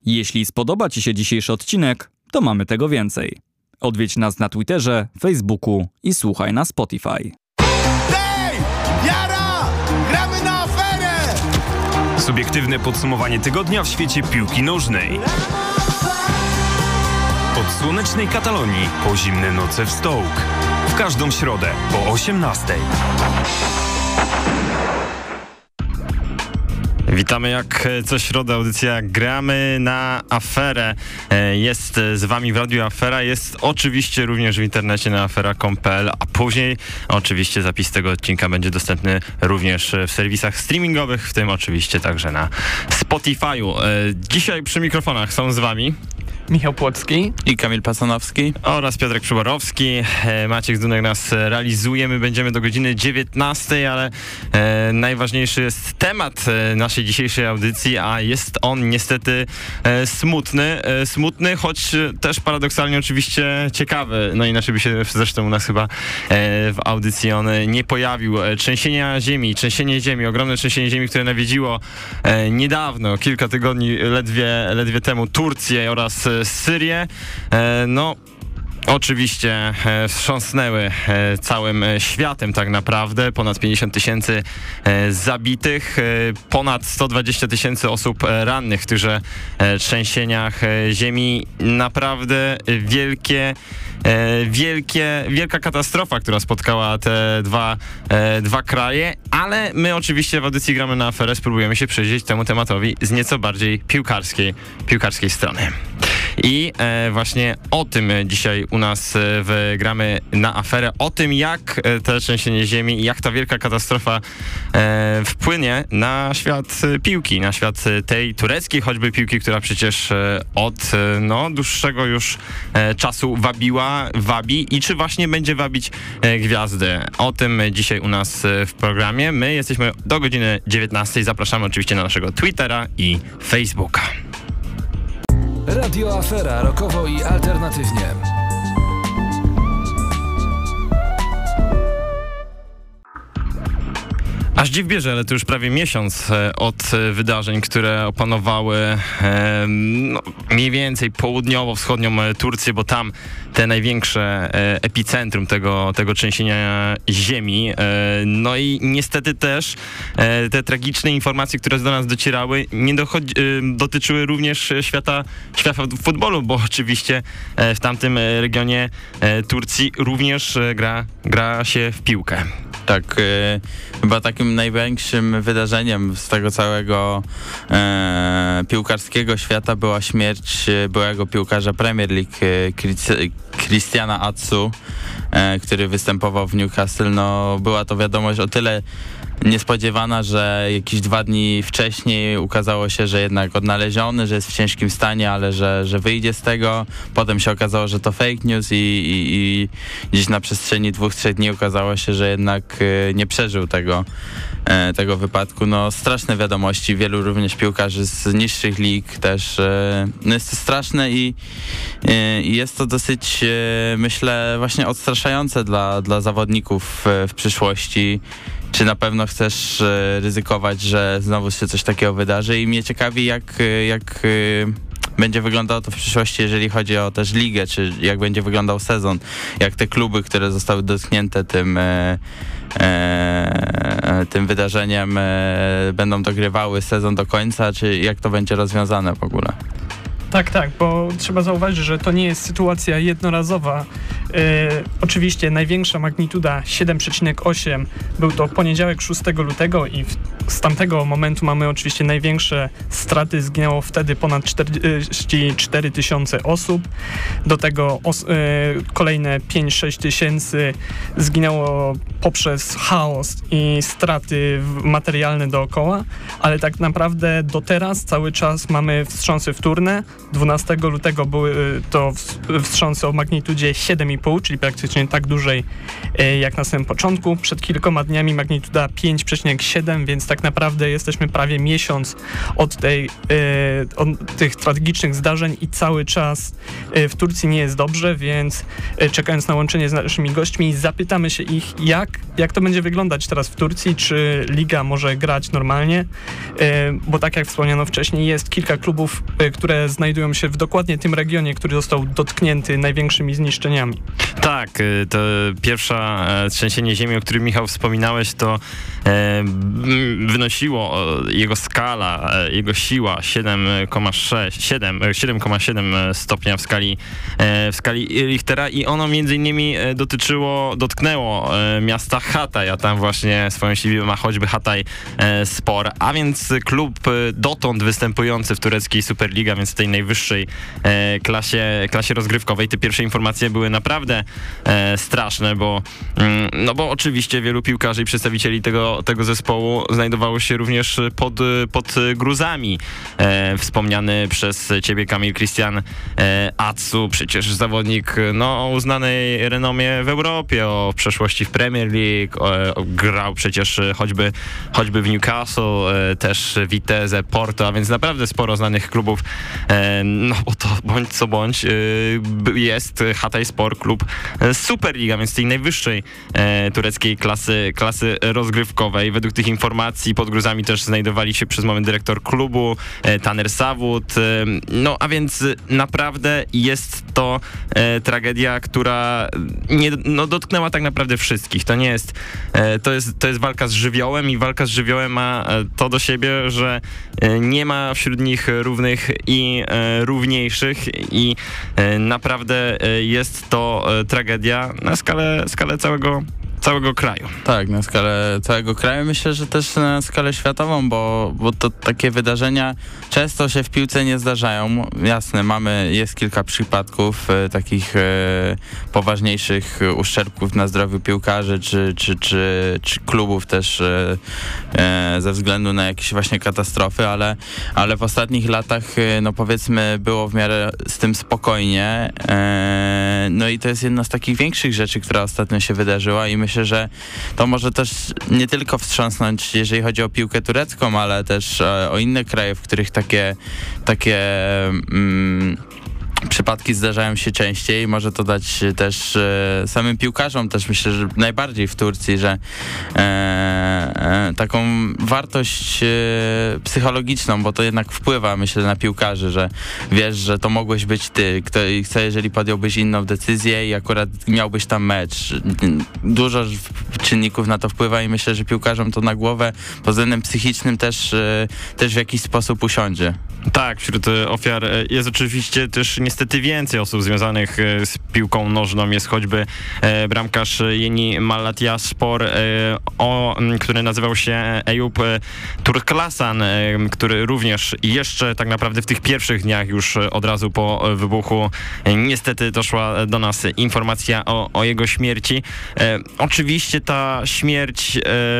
Jeśli spodoba Ci się dzisiejszy odcinek, to mamy tego więcej. Odwiedź nas na Twitterze, Facebooku i słuchaj na Spotify. Hej! Jara! Gramy na aferę! Subiektywne podsumowanie tygodnia w świecie piłki nożnej. Od słonecznej Katalonii po zimne noce w Stoke. W każdą środę po 18:00. Witamy jak co środę, audycja Gramy na aferę. Jest z wami w Radiu Afera, jest oczywiście również w internecie na afera.com.pl, a później oczywiście zapis tego odcinka będzie dostępny również w serwisach streamingowych, w tym oczywiście także na Spotify'u. Dzisiaj przy mikrofonach są z wami Michał Płocki i Kamil Pasanowski oraz Piotrek Przyborowski. Maciek Zdunek nas realizuje. My będziemy do godziny 19:00, ale najważniejszy jest temat naszej dzisiejszej audycji, a jest on niestety smutny, choć też paradoksalnie oczywiście ciekawy. No inaczej by się zresztą u nas chyba w audycji on nie pojawił. Trzęsienie ziemi, ogromne trzęsienie ziemi, które nawiedziło niedawno, kilka tygodni ledwie temu Turcję oraz Syrię. Oczywiście wstrząsnęły całym światem tak naprawdę. Ponad 50 000 zabitych, ponad 120 000 osób rannych w tychże trzęsieniach ziemi. Naprawdę wielka katastrofa, która spotkała te dwa kraje, ale my oczywiście w audycji Gramy na aferę spróbujemy się przyjrzeć temu tematowi z nieco bardziej piłkarskiej strony. I właśnie o tym dzisiaj u nas Gramy na aferę, o tym jak te trzęsienie ziemi i jak ta wielka katastrofa wpłynie na świat piłki, na świat tej tureckiej choćby piłki, która przecież od dłuższego już czasu wabi i czy właśnie będzie wabić gwiazdy. O tym dzisiaj u nas w programie. My jesteśmy do godziny 19:00. Zapraszamy oczywiście na naszego Twittera i Facebooka. Radio Afera, rokowo i alternatywnie. Aż dziw bierze, ale to już prawie miesiąc od wydarzeń, które opanowały mniej więcej południowo-wschodnią Turcję, bo tam te największe epicentrum tego trzęsienia ziemi. No i niestety też te tragiczne informacje, które do nas docierały, dotyczyły również świata futbolu, bo oczywiście w tamtym regionie Turcji również gra się w piłkę. Tak, chyba takim największym wydarzeniem z tego całego piłkarskiego świata była śmierć byłego piłkarza Premier League Cristiana Atsu, który występował w Newcastle. Była to wiadomość o tyle niespodziewana, że jakieś 2 dni wcześniej ukazało się, że jednak odnaleziony, że jest w ciężkim stanie, ale że wyjdzie z tego. Potem się okazało, że to fake news i gdzieś na przestrzeni 2-3 dni okazało się, że jednak nie przeżył tego wypadku. Straszne wiadomości, wielu również piłkarzy z niższych lig też. Jest to straszne i jest to dosyć, myślę, właśnie odstraszające dla zawodników w przyszłości. Czy na pewno chcesz ryzykować, że znowu się coś takiego wydarzy? I mnie ciekawi, jak będzie wyglądało to w przyszłości, jeżeli chodzi o też ligę, czy jak będzie wyglądał sezon, jak te kluby, które zostały dotknięte tym wydarzeniem, będą dogrywały sezon do końca, czy jak to będzie rozwiązane w ogóle? Tak, bo trzeba zauważyć, że to nie jest sytuacja jednorazowa. Oczywiście największa magnituda 7,8 był to poniedziałek 6 lutego i z tamtego momentu mamy oczywiście największe straty. Zginęło wtedy ponad 44 000 osób. Do tego kolejne 5-6 tysięcy zginęło poprzez chaos i straty materialne dookoła, ale tak naprawdę do teraz cały czas mamy wstrząsy wtórne. 12 lutego były to wstrząsy o magnitudzie 7,5, czyli praktycznie tak dużej jak na samym początku. Przed kilkoma dniami magnituda 5,7, więc tak tak naprawdę jesteśmy prawie miesiąc od tych tragicznych zdarzeń i cały czas w Turcji nie jest dobrze, więc czekając na łączenie z naszymi gośćmi, zapytamy się ich, jak to będzie wyglądać teraz w Turcji, czy liga może grać normalnie, bo tak jak wspomniano wcześniej, jest kilka klubów, które znajdują się w dokładnie tym regionie, który został dotknięty największymi zniszczeniami. Tak, to pierwsze trzęsienie ziemi, o którym Michał wspominałeś, to wynosiło jego skala, jego siła 7,7 stopnia w skali Richtera i ono między innymi dotknęło miasta Hatay, a tam właśnie swoją siedzibę ma choćby Hatay Spor, a więc klub dotąd występujący w tureckiej Superliga, więc w tej najwyższej klasie rozgrywkowej. Te pierwsze informacje były naprawdę straszne, bo oczywiście wielu piłkarzy i przedstawicieli tego zespołu znajdowało się również pod gruzami. Wspomniany przez ciebie Kamil Christian Atsu, przecież zawodnik o uznanej renomie w Europie, o przeszłości w Premier League, grał przecież choćby w Newcastle, też Vitesse, Porto, a więc naprawdę sporo znanych klubów. Bo to bądź co bądź jest Hatay Spor, klub Superliga, więc tej najwyższej tureckiej klasy rozgrywkowej. Według tych informacji pod gruzami też znajdowali się przez moment dyrektor klubu, Taner Savut. A więc naprawdę jest to tragedia, która dotknęła tak naprawdę wszystkich. To nie jest, to jest walka z żywiołem i walka z żywiołem ma to do siebie, że nie ma wśród nich równych i równiejszych i naprawdę jest to tragedia na skalę całego kraju. Tak, na skalę całego kraju. Myślę, że też na skalę światową, bo to takie wydarzenia często się w piłce nie zdarzają. Jasne, jest kilka przypadków takich poważniejszych uszczerbków na zdrowiu piłkarzy, czy klubów też ze względu na jakieś właśnie katastrofy, ale w ostatnich latach, powiedzmy, było w miarę z tym spokojnie. I to jest jedna z takich większych rzeczy, która ostatnio się wydarzyła i myślę, że to może też nie tylko wstrząsnąć, jeżeli chodzi o piłkę turecką, ale też o inne kraje, w których takie przypadki zdarzają się częściej. Może to dać też samym piłkarzom, też myślę, że najbardziej w Turcji, że taką wartość psychologiczną, bo to jednak wpływa, myślę, na piłkarzy, że wiesz, że to mogłeś być ty, jeżeli podjąłbyś inną decyzję i akurat miałbyś tam mecz. Dużo czynników na to wpływa i myślę, że piłkarzom to na głowę pod względem psychicznym też w jakiś sposób usiądzie. Tak, wśród ofiar jest oczywiście też niestety więcej osób związanych z piłką nożną. Jest choćby bramkarz Yeni Malatyaspor, który nazywał się Eyüp Turklasan, który również jeszcze tak naprawdę w tych pierwszych dniach już od razu po wybuchu niestety doszła do nas informacja o jego śmierci. Oczywiście ta śmierć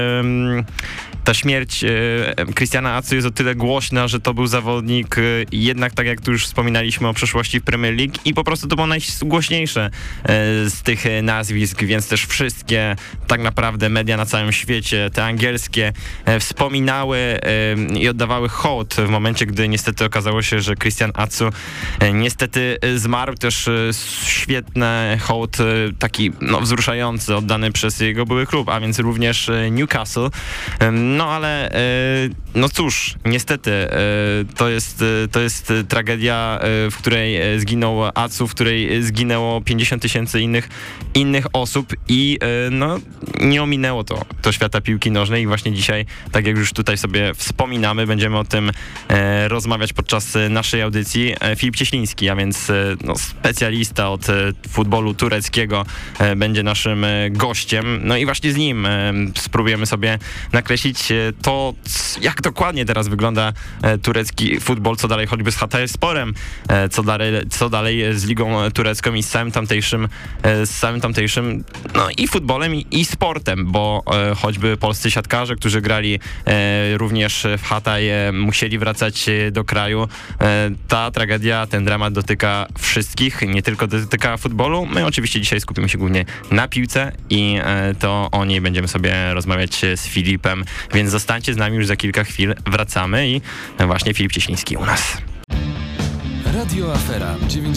Christiana Atsu jest o tyle głośna, że to był zawodnik jednak, tak jak tu już wspominaliśmy o przeszłości w Premier League i po prostu to było najgłośniejsze z tych nazwisk, więc też wszystkie tak naprawdę media na całym świecie, te angielskie, wspominały i oddawały hołd w momencie, gdy niestety okazało się, że Christian Atsu niestety zmarł. Też świetny hołd, taki wzruszający, oddany przez jego były klub, a więc również Newcastle. Ale cóż, niestety to jest tragedia, w której zginął Atsu, w której zginęło 50 000 innych osób i nie ominęło to świata piłki nożnej i właśnie dzisiaj, tak jak już tutaj sobie wspominamy, będziemy o tym rozmawiać podczas naszej audycji. Filip Cieśliński, a więc specjalista od futbolu tureckiego, będzie naszym gościem. I właśnie z nim spróbujemy sobie nakreślić to, jak dokładnie teraz wygląda turecki futbol, co dalej choćby z Hatay Sporem, co dalej z ligą turecką i z całym tamtejszym i futbolem i sportem, bo choćby polscy siatkarze, którzy grali również w Hatay, musieli wracać do kraju. Ta tragedia, ten dramat dotyka wszystkich, nie tylko dotyka futbolu. My oczywiście dzisiaj skupimy się głównie na piłce i to o niej będziemy sobie rozmawiać z Filipem. więc zostańcie z nami, już za kilka chwil wracamy i właśnie Filip Cieśliński u nas. Radio Afera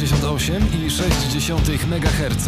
98,6 MHz.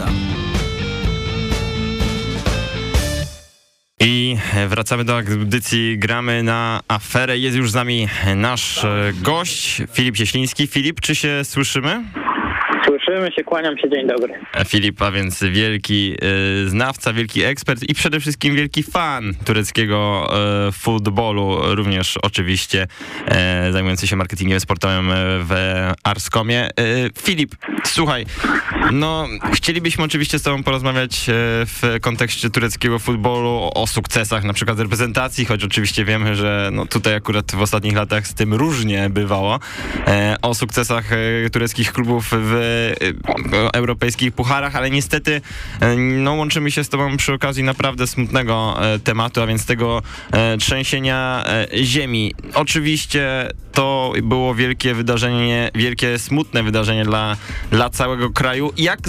I wracamy do audycji Gramy na Aferę. Jest już z nami nasz gość, Filip Cieśliński. Filip, czy się słyszymy? Słyszymy się, kłaniam się, dzień dobry. Filip, a więc wielki znawca, wielki ekspert i przede wszystkim wielki fan tureckiego futbolu, również oczywiście zajmujący się marketingiem sportowym w Arskomie. Filip, słuchaj, no chcielibyśmy oczywiście z tobą porozmawiać w kontekście tureckiego futbolu, o sukcesach na przykład reprezentacji, choć oczywiście wiemy, że no tutaj akurat w ostatnich latach z tym różnie bywało, o sukcesach tureckich klubów w europejskich pucharach, ale niestety no, łączymy się z tobą przy okazji naprawdę smutnego tematu, a więc tego trzęsienia ziemi. Oczywiście to było wielkie wydarzenie, wielkie smutne wydarzenie dla całego kraju. Jak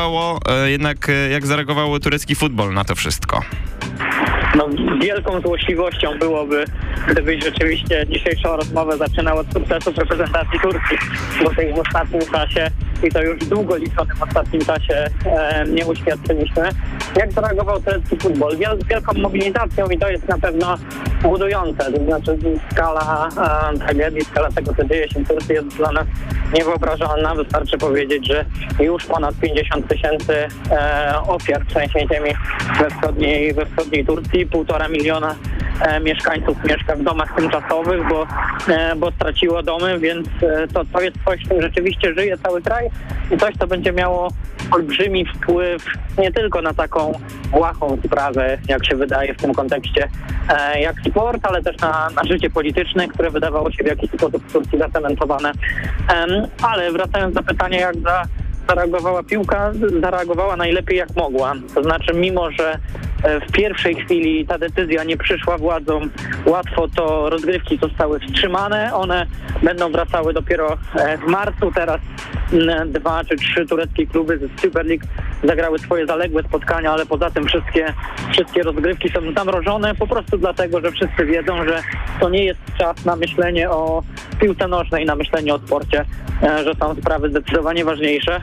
zareagował turecki futbol na to wszystko? No, wielką złośliwością byłoby, gdybyś rzeczywiście dzisiejszą rozmowę zaczynał od sukcesów reprezentacji Turcji, bo tej w ostatnim czasie, i to już długo liczonym ostatnim czasie, nie uświadczyliśmy. Jak zareagował turecki futbol? Wielką mobilizacją i to jest na pewno budujące. To znaczy skala tragedii, skala tego, co dzieje się w Turcji jest dla nas niewyobrażalna. Wystarczy powiedzieć, że już ponad 50 000 ofiar trzęsień ziemi we wschodniej Turcji. 1,5 miliona mieszkańców mieszka w domach tymczasowych, bo straciło domy, więc to jest coś, czym rzeczywiście żyje cały kraj i coś, co będzie miało olbrzymi wpływ nie tylko na taką błahą sprawę, jak się wydaje w tym kontekście, jak sport, ale też na życie polityczne, które wydawało się w jakiś sposób w Turcji zacementowane. Ale wracając do pytania, jak zareagowała piłka, zareagowała najlepiej jak mogła. To znaczy, mimo że w pierwszej chwili ta decyzja nie przyszła władzom łatwo, to rozgrywki zostały wstrzymane. One będą wracały dopiero w marcu. Teraz 2 czy 3 tureckie kluby z Super League zagrały swoje zaległe spotkania, ale poza tym wszystkie rozgrywki są zamrożone po prostu dlatego, że wszyscy wiedzą, że to nie jest czas na myślenie o piłce nożnej, na myślenie o sporcie, że są sprawy zdecydowanie ważniejsze.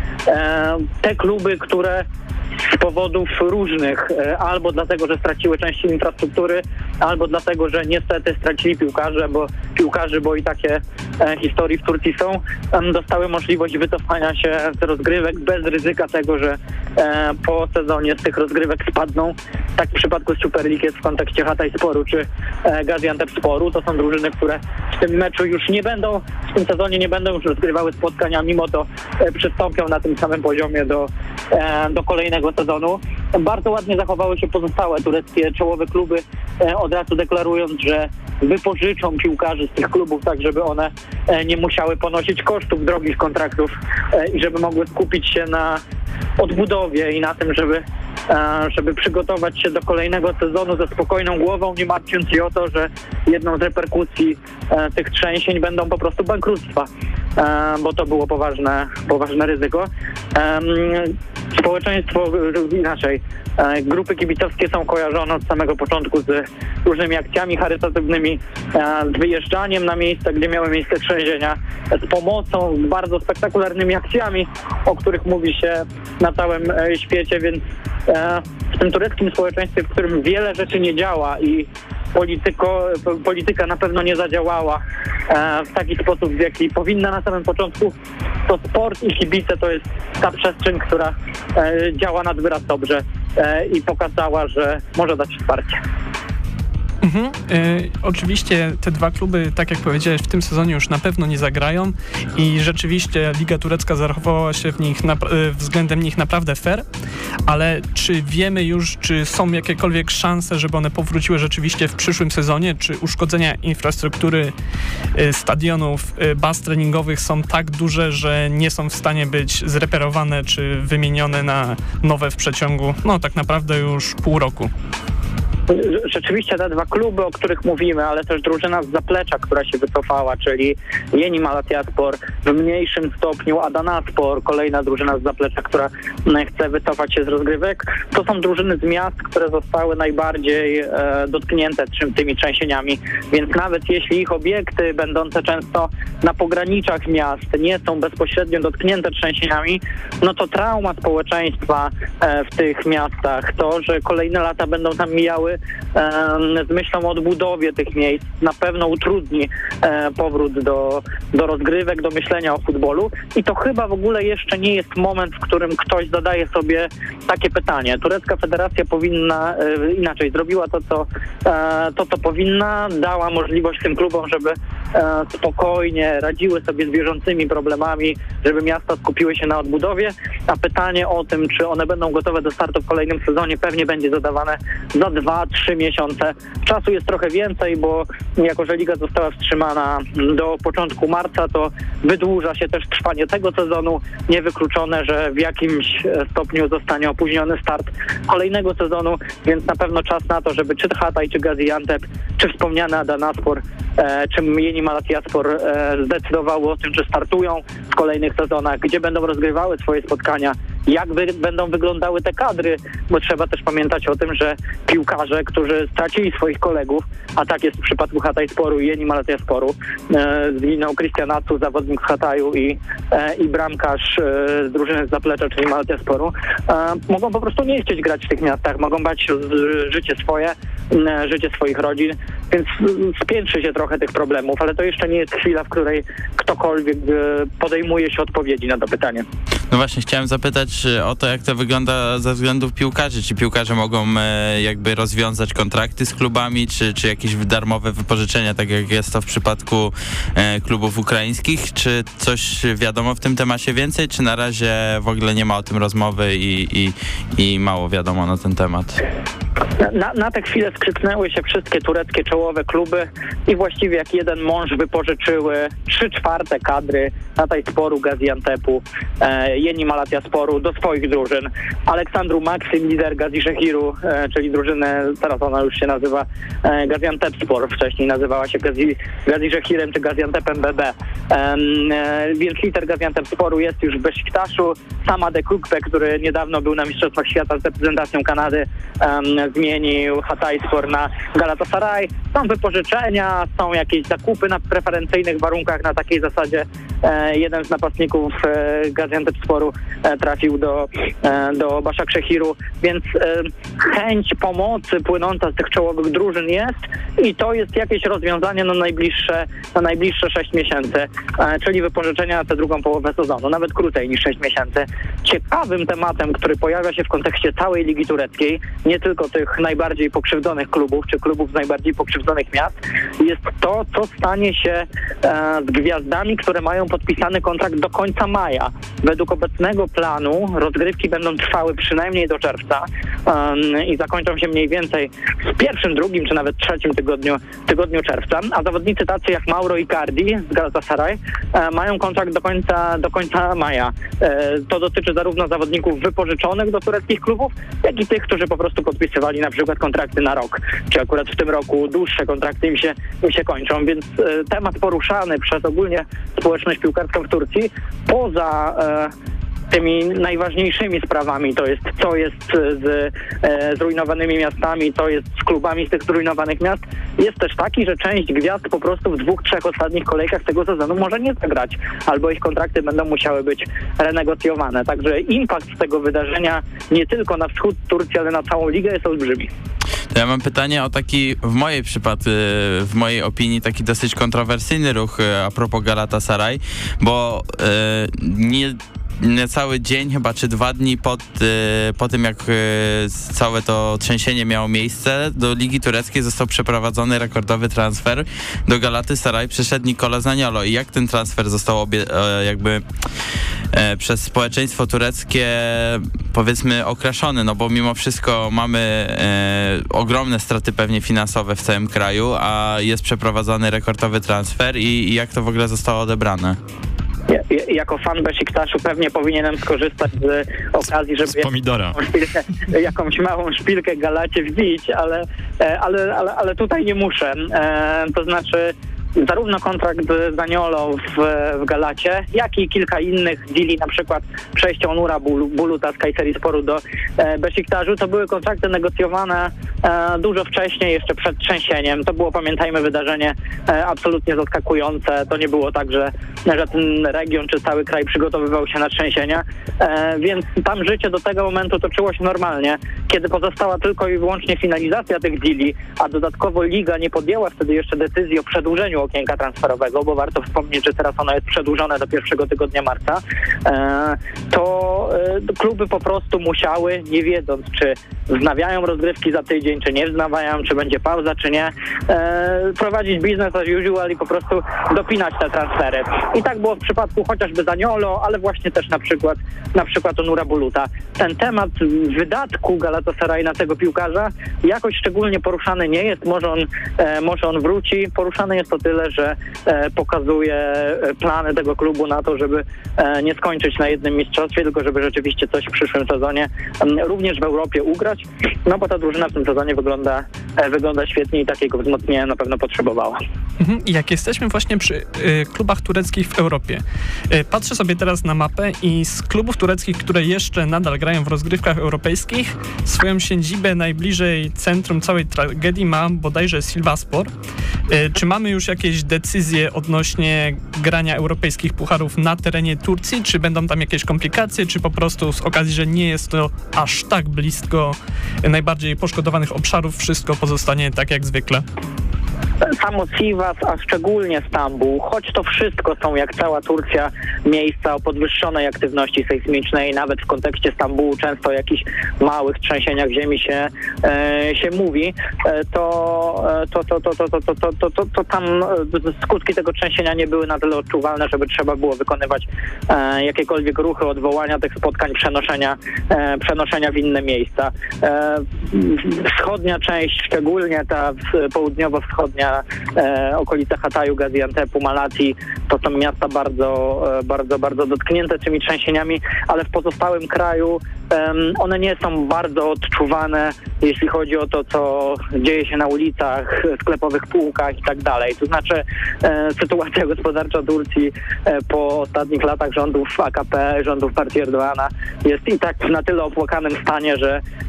Te kluby, które z powodów różnych, albo dlatego, że straciły część infrastruktury, albo dlatego, że niestety stracili piłkarzy, bo i takie historie w Turcji są, dostały możliwość wycofania się z rozgrywek bez ryzyka tego, że po sezonie z tych rozgrywek spadną. Tak w przypadku Super League jest w kontekście Hataysporu czy Gaziantepsporu. To są drużyny, które w tym meczu już nie będą, w tym sezonie nie będą już rozgrywały spotkania, mimo to przystąpią na tym samym poziomie do kolejnego sezonu. Bardzo ładnie zachowały się pozostałe tureckie czołowe kluby, od razu deklarując, że wypożyczą piłkarzy z tych klubów, tak żeby one nie musiały ponosić kosztów drogich kontraktów i żeby mogły skupić się na odbudowie i na tym, żeby przygotować się do kolejnego sezonu ze spokojną głową, nie martwiąc się o to, że jedną z reperkusji tych trzęsień będą po prostu bankructwa, bo to było poważne ryzyko. Społeczeństwo inaczej. Grupy kibicowskie są kojarzone od samego początku z różnymi akcjami charytatywnymi, z wyjeżdżaniem na miejsca, gdzie miały miejsce trzęsienia, z pomocą, z bardzo spektakularnymi akcjami, o których mówi się na całym świecie, więc w tym tureckim społeczeństwie, w którym wiele rzeczy nie działa i polityka na pewno nie zadziałała w taki sposób, w jaki powinna na samym początku, to sport i kibice to jest ta przestrzeń, która działa nad wyraz dobrze i pokazała, że może dać wsparcie. Oczywiście te dwa kluby, tak jak powiedziałeś, w tym sezonie już na pewno nie zagrają i rzeczywiście Liga Turecka zachowała się względem nich naprawdę fair, ale czy wiemy już, czy są jakiekolwiek szanse, żeby one powróciły rzeczywiście w przyszłym sezonie, czy uszkodzenia infrastruktury stadionów, baz treningowych są tak duże, że nie są w stanie być zreperowane czy wymienione na nowe w przeciągu, tak naprawdę już pół roku? rzeczywiście te dwa kluby, o których mówimy, ale też drużyna z zaplecza, która się wycofała, czyli Yeni Malatyaspor, w mniejszym stopniu Adanaspor, kolejna drużyna z zaplecza, która chce wycofać się z rozgrywek. To są drużyny z miast, które zostały najbardziej dotknięte tymi trzęsieniami, więc nawet jeśli ich obiekty, będące często na pograniczach miast, nie są bezpośrednio dotknięte trzęsieniami, no to trauma społeczeństwa w tych miastach, to, że kolejne lata będą tam mijały z myślą o odbudowie tych miejsc, na pewno utrudni powrót do rozgrywek, do myślenia o futbolu i to chyba w ogóle jeszcze nie jest moment, w którym ktoś zadaje sobie takie pytanie. Turecka Federacja powinna inaczej, zrobiła to, co powinna, dała możliwość tym klubom, żeby spokojnie radziły sobie z bieżącymi problemami, żeby miasta skupiły się na odbudowie, a pytanie o tym, czy one będą gotowe do startu w kolejnym sezonie, pewnie będzie zadawane za 2-3 miesiące. Czasu jest trochę więcej, bo jako że liga została wstrzymana do początku marca, to wydłuża się też trwanie tego sezonu. Niewykluczone, że w jakimś stopniu zostanie opóźniony start kolejnego sezonu, więc na pewno czas na to, żeby czy Hatay, czy Gaziantep, czy wspomniany Adanaspor, czy Yeni Malatyaspor zdecydowało o tym, czy startują w kolejnych sezonach, gdzie będą rozgrywały swoje spotkania, jak będą wyglądały te kadry, bo trzeba też pamiętać o tym, że piłkarze, którzy stracili swoich kolegów, a tak jest w przypadku Hataysporu i Yeni Malatyasporu, zginął Christian Atsu, zawodnik z Hatayu i bramkarz z drużyny z zaplecza, czyli Malatyasporu, mogą po prostu nie chcieć grać w tych miastach, mogą bać życie swoich rodzin, więc spiętrzy się trochę tych problemów, ale to jeszcze nie jest chwila, w której ktokolwiek podejmuje się odpowiedzi na to pytanie. No właśnie, chciałem zapytać o to, jak to wygląda ze względów piłkarzy. Czy piłkarze mogą jakby rozwiązać kontrakty z klubami, czy jakieś darmowe wypożyczenia, tak jak jest to w przypadku klubów ukraińskich? Czy coś wiadomo w tym temacie więcej, czy na razie w ogóle nie ma o tym rozmowy i mało wiadomo na ten temat? Na tę chwilę skrzyknęły się wszystkie tureckie czołowe kluby i właściwie jak jeden mąż wypożyczyły 3/4 kadry Hataysporu, Gaziantepu, Yeni Malatyasporu do swoich drużyn. Aleksandru Maxim, lider Gazishehiru, czyli drużyny, teraz ona już się nazywa Gaziantepspor, wcześniej nazywała się Gazishehirem czy Gaziantepem BB. Więc lider Gaziantepsporu jest już w Besiktaszu. Sam Adekukpe, który niedawno był na Mistrzostwach Świata z reprezentacją Kanady, zmienił Hatayspor na Galatasaray. Są wypożyczenia, są jakieś zakupy na preferencyjnych warunkach, na takiej zasadzie jeden z napastników Gaziantepsporu trafił do Başakşehiru, więc chęć pomocy płynąca z tych czołowych drużyn jest i to jest jakieś rozwiązanie na najbliższe 6 miesięcy, czyli wypożyczenia na tę drugą połowę sezonu, nawet krócej niż 6 miesięcy. Ciekawym tematem, który pojawia się w kontekście całej Ligi Tureckiej, nie tylko tych najbardziej pokrzywdzonych klubów, czy klubów z najbardziej pokrzywdzonych miast, jest to, co stanie się z gwiazdami, które mają podpisany kontrakt do końca maja. Według obecnego planu rozgrywki będą trwały przynajmniej do czerwca i zakończą się mniej więcej w pierwszym, drugim, czy nawet trzecim tygodniu czerwca, a zawodnicy tacy jak Mauro Icardi z Galatasaray mają kontrakt do końca maja. To dotyczy zarówno zawodników wypożyczonych do tureckich klubów, jak i tych, którzy po prostu podpisywali na przykład kontrakty na rok, czy akurat w tym roku dłuższe kontrakty im się kończą, więc temat poruszany przez ogólnie społeczność piłkarską w Turcji, poza tymi najważniejszymi sprawami, to jest co jest z zrujnowanymi miastami, to jest z klubami z tych zrujnowanych miast, jest też taki, że część gwiazd po prostu w 2-3 ostatnich kolejkach tego sezonu może nie zagrać, albo ich kontrakty będą musiały być renegocjowane. Także impact tego wydarzenia nie tylko na wschód Turcji, ale na całą ligę jest olbrzymi. To ja mam pytanie o taki, w mojej opinii, taki dosyć kontrowersyjny ruch a propos Galatasaray, bo niecały dzień chyba, czy 2 dni po tym, jak całe to trzęsienie miało miejsce, do Ligi Tureckiej został przeprowadzony rekordowy transfer. Do Galatasaray przyszedł Nicola Zaniolo. I jak ten transfer został przez społeczeństwo tureckie, powiedzmy, okraszony, no bo mimo wszystko mamy ogromne straty pewnie finansowe w całym kraju, a jest przeprowadzony rekordowy transfer i jak to w ogóle zostało odebrane? jako fan Besiktaszu pewnie powinienem skorzystać z okazji, żeby Z pomidora. jakąś małą szpilkę Galacie wbić, ale tutaj nie muszę. To znaczy zarówno kontrakt z Zaniolą w Galacie, jak i kilka innych deali, na przykład przejście Onura Buluta z Kayserisporu do Besiktaszu, to były kontrakty negocjowane dużo wcześniej, jeszcze przed trzęsieniem. To było, pamiętajmy, wydarzenie absolutnie zaskakujące. To nie było tak, że ten region czy cały kraj przygotowywał się na trzęsienia, więc tam życie do tego momentu toczyło się normalnie. Kiedy pozostała tylko i wyłącznie finalizacja tych deali, a dodatkowo Liga nie podjęła wtedy jeszcze decyzji o przedłużeniu okienka transferowego, bo warto wspomnieć, że teraz ono jest przedłużone do pierwszego tygodnia marca, to kluby po prostu musiały, nie wiedząc, czy wznawiają rozgrywki za tydzień, czy nie wznawiają, czy będzie pauza, czy nie, prowadzić business as usual i po prostu dopinać te transfery. I tak było w przypadku chociażby Zaniolo, ale właśnie też na przykład Onura Buluta. Ten temat wydatku Galatasaray na tego piłkarza jakoś szczególnie poruszany nie jest. Może on wróci. Poruszany jest o tyle, że pokazuje plany tego klubu na to, żeby nie skończyć na jednym mistrzostwie, tylko żeby rzeczywiście coś w przyszłym sezonie również w Europie ugrać, no bo ta drużyna w tym sezonie wygląda świetnie i takiego wzmocnienia na pewno potrzebowała. I jak jesteśmy właśnie przy klubach tureckich w Europie, patrzę sobie teraz na mapę i z klubów tureckich, które jeszcze nadal grają w rozgrywkach europejskich, swoją siedzibę najbliżej centrum całej tragedii ma bodajże Sivasspor. Czy mamy już jakieś decyzje odnośnie grania europejskich pucharów na terenie Turcji? Czy będą tam jakieś komplikacje? Czy po prostu z okazji, że nie jest to aż tak blisko najbardziej poszkodowanych obszarów, wszystko pozostanie tak jak zwykle? Samo Sivas, a szczególnie Stambuł, choć to wszystko są, jak cała Turcja, miejsca o podwyższonej aktywności sejsmicznej, nawet w kontekście Stambułu często o jakichś małych trzęsieniach ziemi się mówi, to tam skutki tego trzęsienia nie były na tyle odczuwalne, żeby trzeba było wykonywać jakiekolwiek ruchy, odwołania tych spotkań, przenoszenia w inne miejsca. Wschodnia część, szczególnie ta południowo-wschodnia, okolice Hataju, Gaziantepu, Malati, to są miasta bardzo dotknięte tymi trzęsieniami, ale w pozostałym kraju one nie są bardzo odczuwane, jeśli chodzi o to, co dzieje się na ulicach, sklepowych półkach i tak dalej. To znaczy sytuacja gospodarcza Turcji po ostatnich latach rządów AKP, rządów partii Erdoğana jest i tak na tyle opłakanym stanie,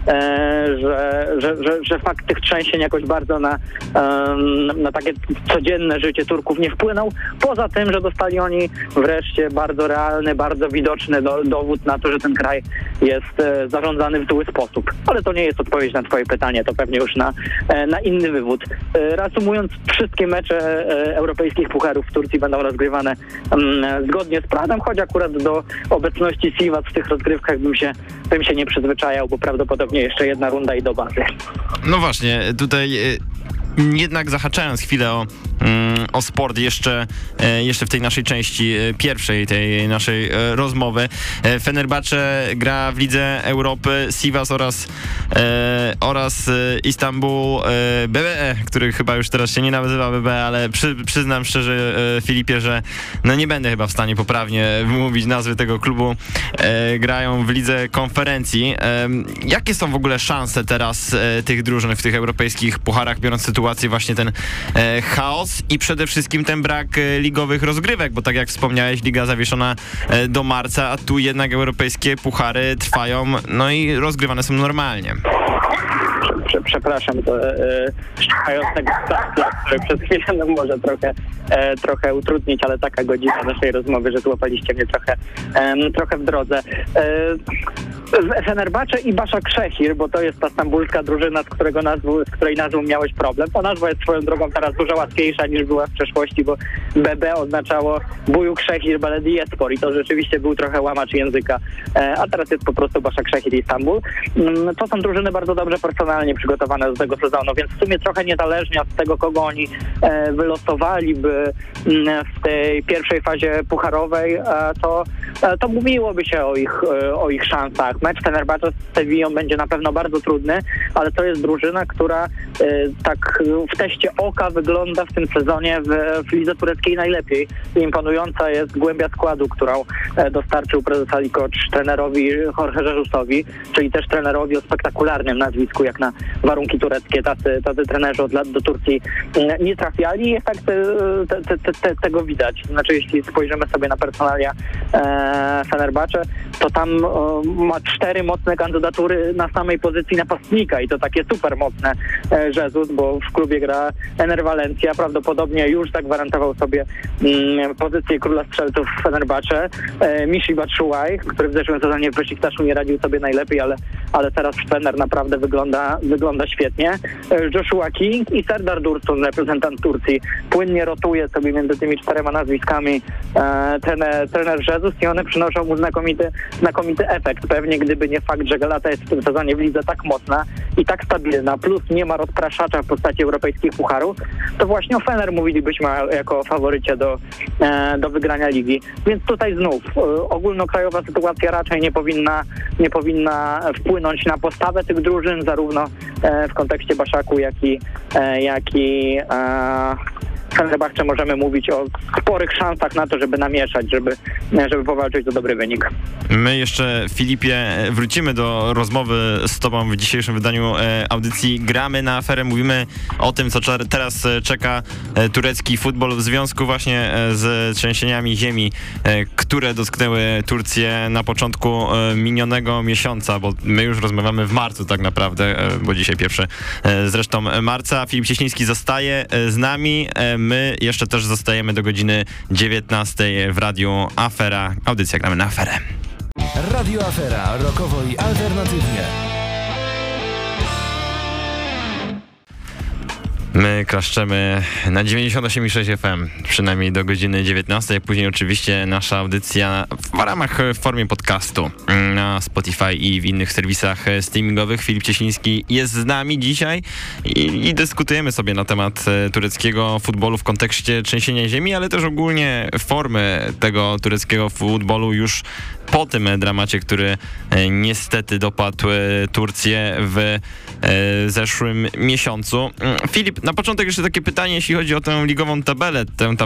że fakt tych trzęsień jakoś bardzo na takie codzienne życie Turków nie wpłynął. Poza tym, że dostali oni wreszcie bardzo realny, bardzo widoczny dowód na to, że ten kraj jest zarządzany w zły sposób. Ale to nie jest odpowiedź na twoje pytanie, to pewnie już na inny wywód. Reasumując, wszystkie mecze europejskich pucharów w Turcji będą rozgrywane zgodnie z planem, choć akurat do obecności Sivas w tych rozgrywkach bym się nie przyzwyczajał, bo prawdopodobnie jeszcze jedna runda i do bazy. No właśnie, tutaj jednak zahaczając chwilę o sport jeszcze w tej naszej części pierwszej, tej naszej rozmowy. Fenerbahce gra w Lidze Europy, Sivas oraz Istanbul BBE, który chyba już teraz się nie nazywa BBE, ale przyznam szczerze, Filipie, że no nie będę chyba w stanie poprawnie wymówić nazwy tego klubu. Grają w Lidze Konferencji. Jakie są w ogóle szanse teraz tych drużyn w tych europejskich pucharach, biorąc sytuację właśnie ten chaos i przede wszystkim ten brak ligowych rozgrywek, bo tak jak wspomniałeś, liga zawieszona do marca, a tu jednak europejskie puchary trwają, no i rozgrywane są normalnie. Przepraszam, to szukającego który przez chwilę no może trochę utrudnić, ale taka godzina naszej rozmowy, że złapaliście mnie trochę w drodze. Fenerbahce i Başakşehir, bo to jest ta stambulska drużyna, z której nazwą miałeś problem. Ta nazwa jest swoją drogą teraz dużo łatwiejsza niż była w przeszłości, bo BB oznaczało Büyükşehir Belediyespor i to rzeczywiście był trochę łamacz języka, a teraz jest po prostu Başakşehir i Istanbul. To są drużyny bardzo dobrze personalnie przygotowane do tego sezonu, więc w sumie trochę niezależnie od tego, kogo oni wylosowaliby w tej pierwszej fazie pucharowej, to mówiłoby się o ich szansach. Mecz Fenerbahce z Sewillą będzie na pewno bardzo trudny, ale to jest drużyna, która tak w teście oka wygląda w tym sezonie w lidze tureckiej najlepiej. Imponująca jest głębia składu, którą dostarczył prezes Ali Koç trenerowi Jorge Jesusowi, czyli też trenerowi o spektakularnym nazwisku, jak na warunki tureckie. Tacy trenerzy od lat do Turcji nie trafiali. Jest tak tego widać. Znaczy, jeśli spojrzymy sobie na personalia Fenerbahce, to tam ma 4 mocne kandydatury na samej pozycji napastnika i to takie super mocne. Jesus, bo w klubie gra Ener Valencia, prawdopodobnie już zagwarantował sobie pozycję króla strzelców w Fenerbahce. Michy Batshuayi, który w zeszłym sezonie w Beşiktaşu nie radził sobie najlepiej, ale teraz Fener naprawdę wygląda świetnie. Joshua King i Serdar Dursun, reprezentant Turcji. Płynnie rotuje sobie między tymi 4 nazwiskami trener Jesus i one przynoszą mu znakomity efekt. Pewnie gdyby nie fakt, że Galata jest w tym sezonie w lidze tak mocna i tak stabilna, plus nie ma rozpraszacza w postaci europejskich pucharów, to właśnie o Fener mówilibyśmy jako o faworycie do wygrania ligi. Więc tutaj znów ogólnokrajowa sytuacja raczej nie powinna wpłynąć na postawę tych drużyn, zarówno w kontekście Baszaku, jak i Fenerbahce możemy mówić o sporych szansach na to, żeby namieszać, żeby powalczyć o dobry wynik. My jeszcze, Filipie, wrócimy do rozmowy z tobą w dzisiejszym wydaniu audycji Gramy na aferę. Mówimy o tym, co teraz czeka turecki futbol w związku właśnie z trzęsieniami ziemi, które dotknęły Turcję na początku minionego miesiąca, bo my już rozmawiamy w marcu tak naprawdę, bo dzisiaj 1 zresztą marca. Filip Cieśliński zostaje z nami. My jeszcze też zostajemy do godziny 19 w Radiu Afera. Audycja Gramy na aferę. Radio Afera, rockowo i alternatywnie. My klaszczemy na 98,6 FM, przynajmniej do godziny 19. Później oczywiście nasza audycja w formie podcastu na Spotify i w innych serwisach streamingowych. Filip Cieśliński jest z nami dzisiaj i dyskutujemy sobie na temat tureckiego futbolu w kontekście trzęsienia ziemi, ale też ogólnie formy tego tureckiego futbolu już po tym dramacie, który niestety dopadł Turcję w zeszłym miesiącu. Filip, na początek jeszcze takie pytanie, jeśli chodzi o tę ligową tabelę,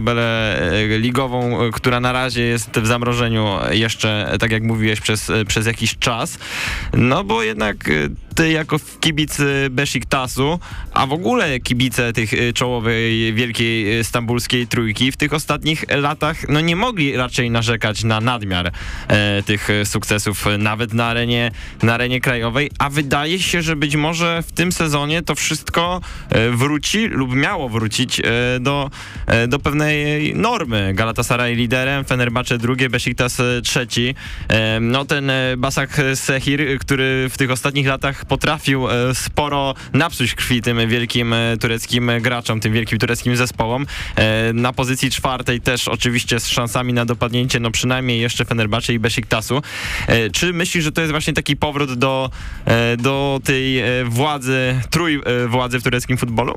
ligową, która na razie jest w zamrożeniu jeszcze, tak jak mówiłeś, przez jakiś czas. No bo jednak ty jako kibic Beşiktaşu, a w ogóle kibice tych czołowej, wielkiej stambulskiej trójki w tych ostatnich latach, no nie mogli raczej narzekać na nadmiar tych sukcesów nawet na arenie krajowej, a wydaje się, że być może w tym sezonie to wszystko wróci lub miało wrócić do pewnej normy. Galatasaray liderem, Fenerbahce drugie, Beşiktaş trzeci. No ten Başakşehir, który w tych ostatnich latach potrafił sporo napsuć krwi tym wielkim tureckim graczom, tym wielkim tureckim zespołom. Na pozycji 4 też oczywiście z szansami na dopadnięcie, no przynajmniej jeszcze Fenerbahce i Beşiktaşu. Czy myślisz, że to jest właśnie taki powrót do tej trójwładzy w tureckim futbolu?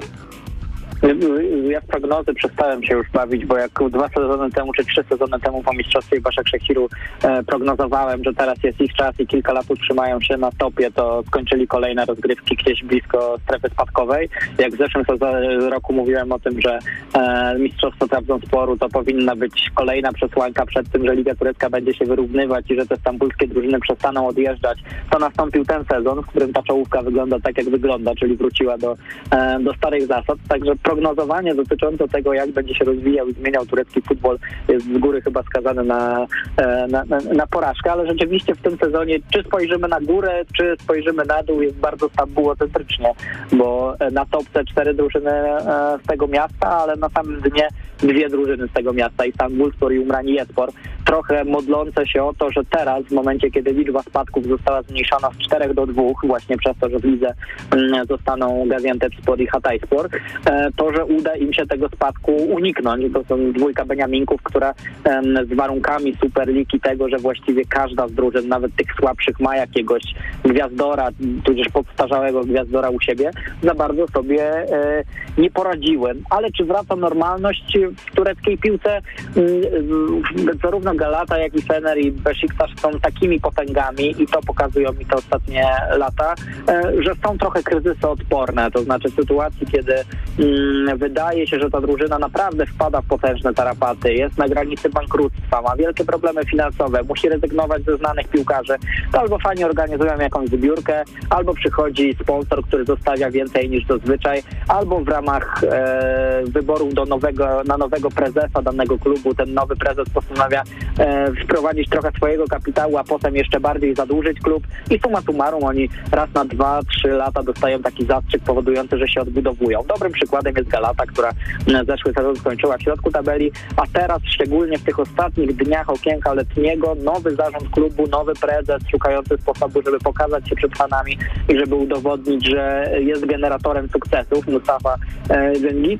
Ja w prognozy przestałem się już bawić, bo jak 2 sezony temu czy 3 sezony temu po mistrzostwie Başakşehiru prognozowałem, że teraz jest ich czas i kilka lat utrzymają się na topie, to skończyli kolejne rozgrywki gdzieś blisko strefy spadkowej. Jak w zeszłym roku mówiłem o tym, że mistrzostwo Trabzonsporu to powinna być kolejna przesłanka przed tym, że Liga Turecka będzie się wyrównywać i że te stambulskie drużyny przestaną odjeżdżać, to nastąpił ten sezon, w którym ta czołówka wygląda tak, jak wygląda, czyli wróciła do starych zasad. Także prognozowanie dotyczące tego, jak będzie się rozwijał i zmieniał turecki futbol, jest z góry chyba skazane na porażkę, ale rzeczywiście w tym sezonie, czy spojrzymy na górę, czy spojrzymy na dół, jest bardzo stambułocentrycznie, bo na topce 4 drużyny z tego miasta, ale na samym dnie 2 drużyny z tego miasta, Istanbulspor i Umraniyespor. trochę modlące się o to, że teraz, w momencie, kiedy liczba spadków została zmniejszona z 4 do 2, właśnie przez to, że w lidze zostaną Gaziantepspor i Hatayspor, to, że uda im się tego spadku uniknąć. To są dwójka Beniaminków, która z warunkami Superligi tego, że właściwie każda z drużyn, nawet tych słabszych, ma jakiegoś gwiazdora, tudzież podstarzałego gwiazdora u siebie, za bardzo sobie nie poradziły. Ale czy wraca normalność w tureckiej piłce? Zarówno Galata, jak i Fener i Beşiktaş są takimi potęgami i to pokazują mi te ostatnie lata, że są trochę kryzysoodporne. To znaczy w sytuacji, kiedy wydaje się, że ta drużyna naprawdę wpada w potężne tarapaty, jest na granicy bankructwa, ma wielkie problemy finansowe, musi rezygnować ze znanych piłkarzy, to albo fani organizują jakąś zbiórkę, albo przychodzi sponsor, który zostawia więcej niż zazwyczaj, albo w ramach wyborów na nowego prezesa danego klubu ten nowy prezes postanawia wprowadzić trochę swojego kapitału, a potem jeszcze bardziej zadłużyć klub i summa summarum oni raz na 2-3 lata dostają taki zastrzyk powodujący, że się odbudowują. Dobrym przykładem jest Galata, która zeszły sezon skończyła w środku tabeli, a teraz szczególnie w tych ostatnich dniach okienka letniego nowy zarząd klubu, nowy prezes szukający sposobu, żeby pokazać się przed fanami i żeby udowodnić, że jest generatorem sukcesów. Mustafa Cengiz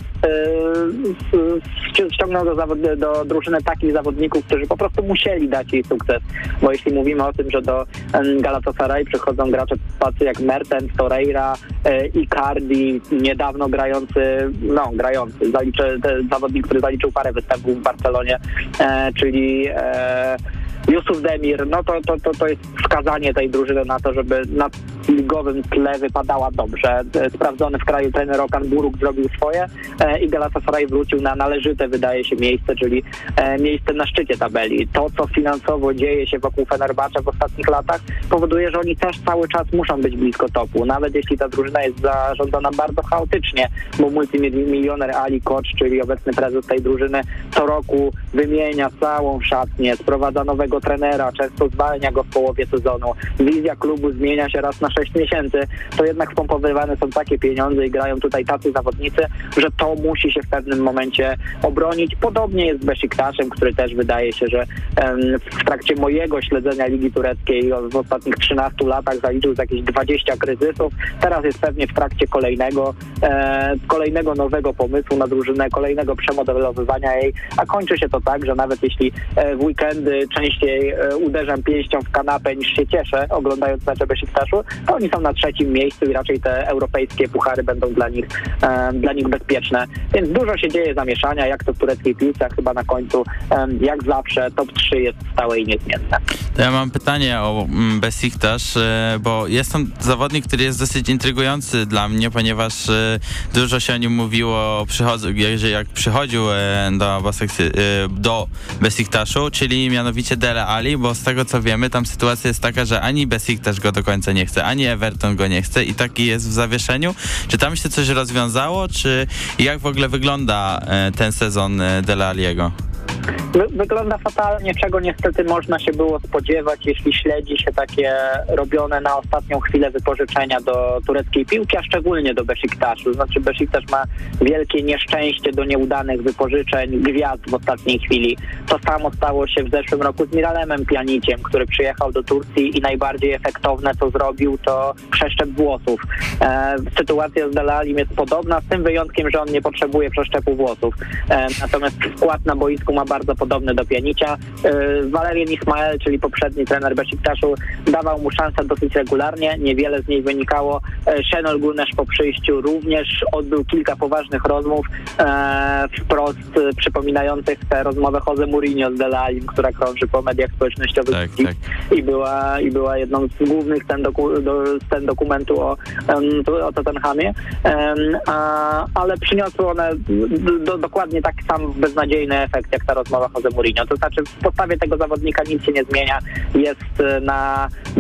ściągnął do drużyny takich zawodników, którzy po prostu musieli dać jej sukces, bo jeśli mówimy o tym, że do Galatasaray przychodzą gracze tacy jak Mertens, Torreira, Icardi, niedawno grający, zawodnik, który zaliczył parę występów w Barcelonie, czyli Yusuf Demir, no to jest wskazanie tej drużyny na to, żeby na ligowym tle wypadała dobrze. Sprawdzony w kraju trener Okan Buruk zrobił swoje i Galatasaray wrócił na należyte, wydaje się, miejsce, czyli miejsce na szczycie tabeli. To, co finansowo dzieje się wokół Fenerbahce w ostatnich latach, powoduje, że oni też cały czas muszą być blisko topu. Nawet jeśli ta drużyna jest zarządzana bardzo chaotycznie, bo multimilioner Ali Koç, czyli obecny prezes tej drużyny, co roku wymienia całą szatnię, sprowadza nowego trenera, często zwalnia go w połowie sezonu. Wizja klubu zmienia się raz na 6 miesięcy, to jednak wpompowywane są takie pieniądze i grają tutaj tacy zawodnicy, że to musi się w pewnym momencie obronić. Podobnie jest z Beşiktaşem, który też wydaje się, że w trakcie mojego śledzenia Ligi Tureckiej w ostatnich 13 latach zaliczył jakieś 20 kryzysów. Teraz jest pewnie w trakcie kolejnego nowego pomysłu na drużynę, kolejnego przemodelowywania jej, a kończy się to tak, że nawet jeśli w weekendy częściej uderzam pięścią w kanapę niż się cieszę oglądając mecze Beşiktaşu, to oni są na 3. miejscu i raczej te europejskie puchary będą dla nich bezpieczne. Więc dużo się dzieje zamieszania, jak to w tureckiej piłce, a chyba na końcu, jak zawsze, top 3 jest stałe i niezmienne. To ja mam pytanie o Beşiktaş, bo jest tam zawodnik, który jest dosyć intrygujący dla mnie, ponieważ dużo się o nim mówiło, jak przychodził do Beşiktaşu, czyli mianowicie Dele Alli, bo z tego co wiemy, tam sytuacja jest taka, że ani Beşiktaş go do końca nie chce, ani Everton go nie chce i taki jest w zawieszeniu. Czy tam się coś rozwiązało, czy jak w ogóle wygląda ten sezon Dele Alliego? Wygląda fatalnie, czego niestety można się było spodziewać, jeśli śledzi się takie robione na ostatnią chwilę wypożyczenia do tureckiej piłki, a szczególnie do Beşiktaşu. Znaczy Beşiktaş ma wielkie nieszczęście do nieudanych wypożyczeń gwiazd w ostatniej chwili. To samo stało się w zeszłym roku z Miralemem Pjaniciem, który przyjechał do Turcji i najbardziej efektowne co zrobił to przeszczep włosów. Sytuacja z Dele Allim jest podobna, z tym wyjątkiem, że on nie potrzebuje przeszczepu włosów. Natomiast wkład na boisku ma bardzo podobny do Pjanicia. Valérien Ismaël, czyli poprzedni trener Beşiktaşu, dawał mu szansę dosyć regularnie, niewiele z niej wynikało. Şenol Güneş po przyjściu również odbył kilka poważnych rozmów, wprost przypominających tę rozmowę Jose Mourinho z Dele Allim, która krąży po mediach społecznościowych i była jedną z głównych scen dokumentu o Tottenhamie, ale przyniosły one dokładnie tak sam beznadziejny efekt jak ta rozmowa Jose Mourinho. To znaczy w postawie tego zawodnika nic się nie zmienia. Jest na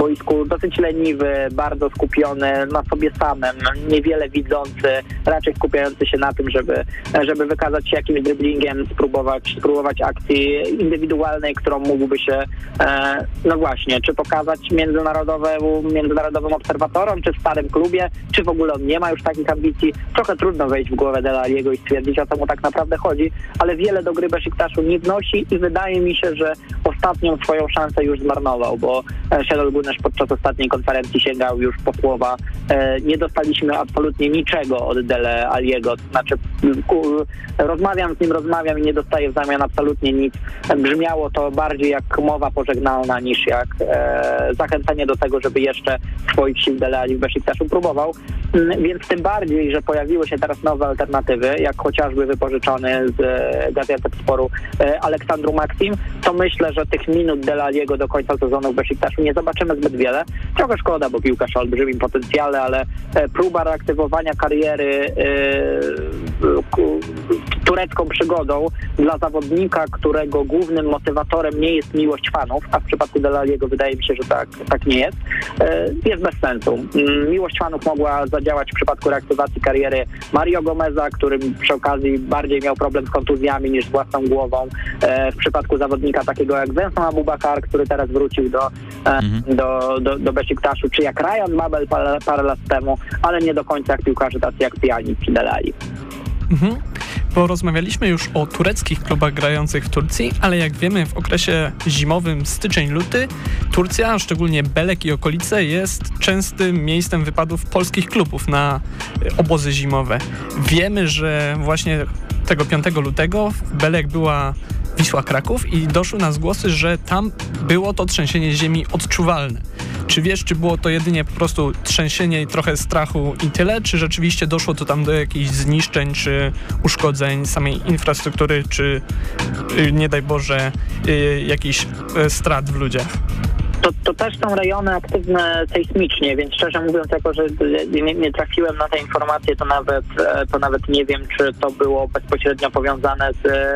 boisku dosyć leniwy, bardzo skupiony na sobie samym, niewiele widzący, raczej skupiający się na tym, żeby wykazać się jakimś driblingiem, spróbować akcji indywidualnej, którą mógłby się, no właśnie, czy pokazać międzynarodowym obserwatorom, czy w starym klubie, czy w ogóle on nie ma już takich ambicji. Trochę trudno wejść w głowę Dele Alliego i stwierdzić, o co mu tak naprawdę chodzi, ale wiele do gry Besiktaszu nie wnosi i wydaje mi się, że ostatnią swoją szansę już zmarnował, bo Şenol Güneş podczas ostatniej konferencji sięgał już po słowa: nie dostaliśmy absolutnie niczego od Dele Alliego, to znaczy rozmawiam z nim i nie dostaję w zamian absolutnie nic. Brzmiało to bardziej jak mowa pożegnalna niż jak zachęcenie do tego, żeby jeszcze swoich sił Dele Alli w Besiktaszu próbował, więc tym bardziej, że pojawiły się teraz nowe alternatywy, jak chociażby wypożyczony z Gaziantepsporu Aleksandru Maxim, to myślę, że tych minut Dele Alliego do końca sezonu w Besiktaszu nie zobaczymy zbyt wiele. Trochę szkoda, bo piłkarz o olbrzymim potencjale, ale próba reaktywowania kariery turecką przygodą dla zawodnika, którego głównym motywatorem nie jest miłość fanów, a w przypadku Dele Alliego wydaje mi się, że tak nie jest, jest bez sensu. Miłość fanów mogła zadziałać w przypadku reaktywacji kariery Mario Gomeza, który przy okazji bardziej miał problem z kontuzjami niż z własną głową. W przypadku zawodnika takiego jak Vincent Aboubakar, który teraz wrócił do Besiktaszu, czy jak Ryan Babel parę lat temu, ale nie do końca jak piłkarze tacy jak Pjanic czy Dele Alli. Porozmawialiśmy już o tureckich klubach grających w Turcji, ale jak wiemy w okresie zimowym styczeń-luty Turcja, a szczególnie Belek i okolice, jest częstym miejscem wypadów polskich klubów na obozy zimowe. Wiemy, że właśnie tego 5 lutego w Belek była Wisła Kraków i doszły nas głosy, że tam było to trzęsienie ziemi odczuwalne. Czy wiesz, czy było to jedynie po prostu trzęsienie i trochę strachu i tyle, czy rzeczywiście doszło to tam do jakichś zniszczeń, czy uszkodzeń samej infrastruktury, czy nie daj Boże jakichś strat w ludziach? To też są rejony aktywne sejsmicznie, więc szczerze mówiąc, jako że nie trafiłem na te informacje, to nawet nie wiem, czy to było bezpośrednio powiązane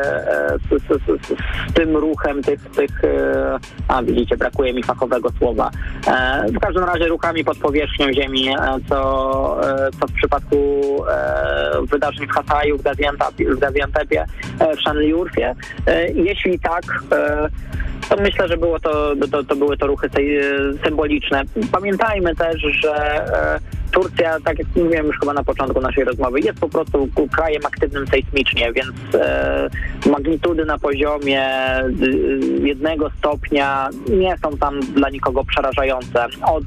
z tym ruchem widzicie, brakuje mi fachowego słowa. W każdym razie ruchami pod powierzchnią ziemi, co w przypadku wydarzeń w Hataju, w Gaziantepie, w Szanliurfie. Jeśli tak, to myślę, że były to ruchy symboliczne. Pamiętajmy też, że Turcja, tak jak mówiłem już chyba na początku naszej rozmowy, jest po prostu krajem aktywnym sejsmicznie, więc magnitudy na poziomie 1 stopnia nie są tam dla nikogo przerażające. Od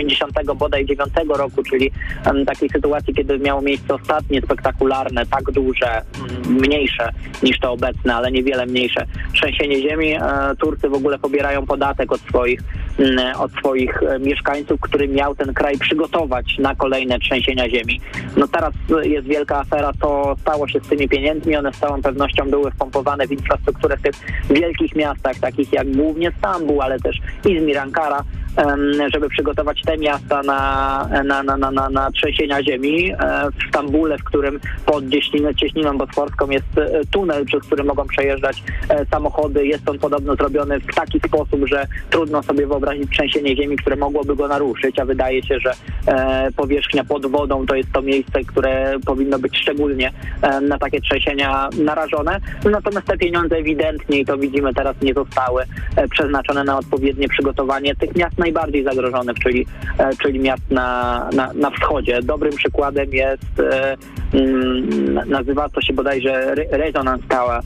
99 roku, czyli takiej sytuacji, kiedy miało miejsce ostatnie spektakularne, tak duże, mniejsze niż to obecne, ale niewiele mniejsze trzęsienie ziemi, Turcy w ogóle pobierają podatek od swoich mieszkańców, który miał ten kraj przygotować na kolejne trzęsienia ziemi. No teraz jest wielka afera, co stało się z tymi pieniędzmi. One z całą pewnością były wpompowane w infrastrukturę w tych wielkich miastach, takich jak głównie Stambuł, ale też Izmir, Ankara, żeby przygotować te miasta na trzęsienia ziemi. W Stambule, w którym pod cieśniną bosforską jest tunel, przez który mogą przejeżdżać samochody, jest on podobno zrobiony w taki sposób, że trudno sobie wyobrazić trzęsienie ziemi, które mogłoby go naruszyć, a wydaje się, że powierzchnia pod wodą to jest to miejsce, które powinno być szczególnie na takie trzęsienia narażone. Natomiast te pieniądze ewidentnie, i to widzimy teraz, nie zostały przeznaczone na odpowiednie przygotowanie tych miast najbardziej zagrożonych, czyli miast na wschodzie. Dobrym przykładem jest, nazywa to się bodajże Rezonans Tower,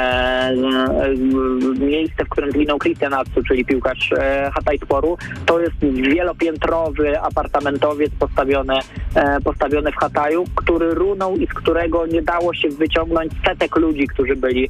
miejsce, w którym zginął Christian Atsu, czyli piłkarz Hataysporu. To jest wielopiętrowy apartamentowiec postawiony w Hataju, który runął i z którego nie dało się wyciągnąć setek ludzi, którzy byli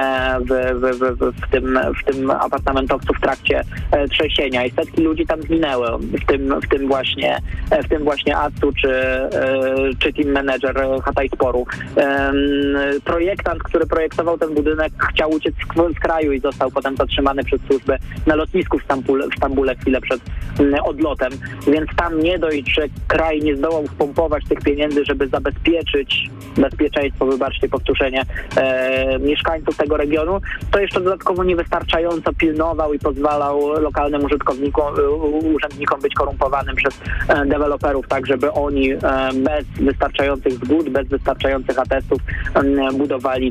w tym apartamentowcu w trakcie trzęsienia, i setki ludzi tam zginęły, w tym właśnie Atsu czy team manager Hataysporu. Projektant, który projektował ten budynek, chciał uciec z kraju i został potem zatrzymany przez służby na lotnisku w Stambule chwilę przed odlotem, więc tam nie dość, że kraj nie zdołał wpompować tych pieniędzy, żeby zabezpieczyć bezpieczeństwo, wybaczcie powtórzenie, mieszkańców tego regionu, to jeszcze dodatkowo niewystarczająco pilnował i pozwalał lokalnym urzędnikom być korumpowanym przez deweloperów, tak żeby oni bez wystarczających zgód, bez wystarczających atestów budowali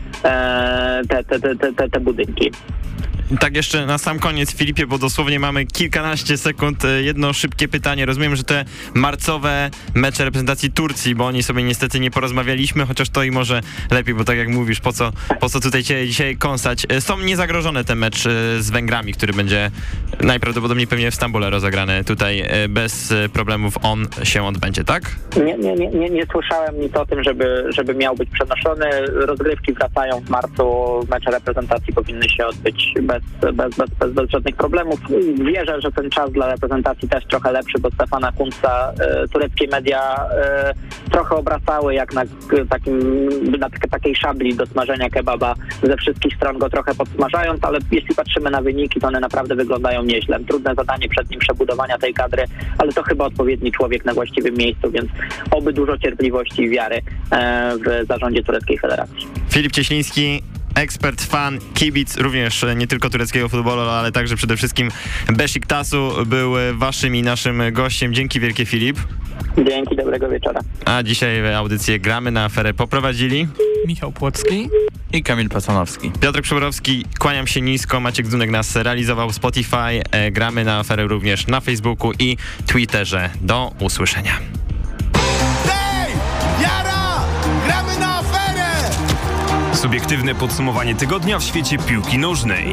te budynki. Tak jeszcze na sam koniec, Filipie, bo dosłownie mamy kilkanaście sekund. Jedno szybkie pytanie. Rozumiem, że te marcowe mecze reprezentacji Turcji, bo o niej sobie niestety nie porozmawialiśmy, chociaż to i może lepiej, bo tak jak mówisz, po co tutaj cię dzisiaj kąsać. Są niezagrożone ten mecz z Węgrami, który będzie najprawdopodobniej pewnie w Stambule rozegrany. Tutaj bez problemów on się odbędzie, tak? Nie słyszałem nic o tym, żeby miał być przenoszony. Rozgrywki wracają w marcu. Mecze reprezentacji powinny się odbyć bez żadnych problemów. Wierzę, że ten czas dla reprezentacji też trochę lepszy, bo Stefana Kuntza tureckie media trochę obracały jak na takiej szabli do smażenia kebaba. Ze wszystkich stron go trochę podsmażając, ale jeśli patrzymy na wyniki, to one naprawdę wyglądają nieźle. Trudne zadanie przed nim przebudowania tej kadry, ale to chyba odpowiedni człowiek na właściwym miejscu, więc oby dużo cierpliwości i wiary w zarządzie tureckiej federacji. Filip Cieśliński, ekspert, fan, kibic, również nie tylko tureckiego futbolu, ale także przede wszystkim Beşiktaşu, był waszym i naszym gościem. Dzięki wielkie, Filip. Dzięki, dobrego wieczora. A dzisiaj audycję Gramy na aferę poprowadzili Michał Płocki I Kamil Pacanowski. Piotrek Przeborowski, kłaniam się nisko, Maciek Dunek nas realizował, Spotify, Gramy na aferę również na Facebooku i Twitterze. Do usłyszenia. Hej! Jara! Gramy na aferę! Subiektywne podsumowanie tygodnia w świecie piłki nożnej.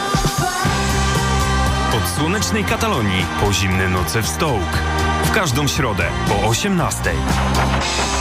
Od słonecznej Katalonii po zimne noce w Stoke. W każdą środę po 18:00.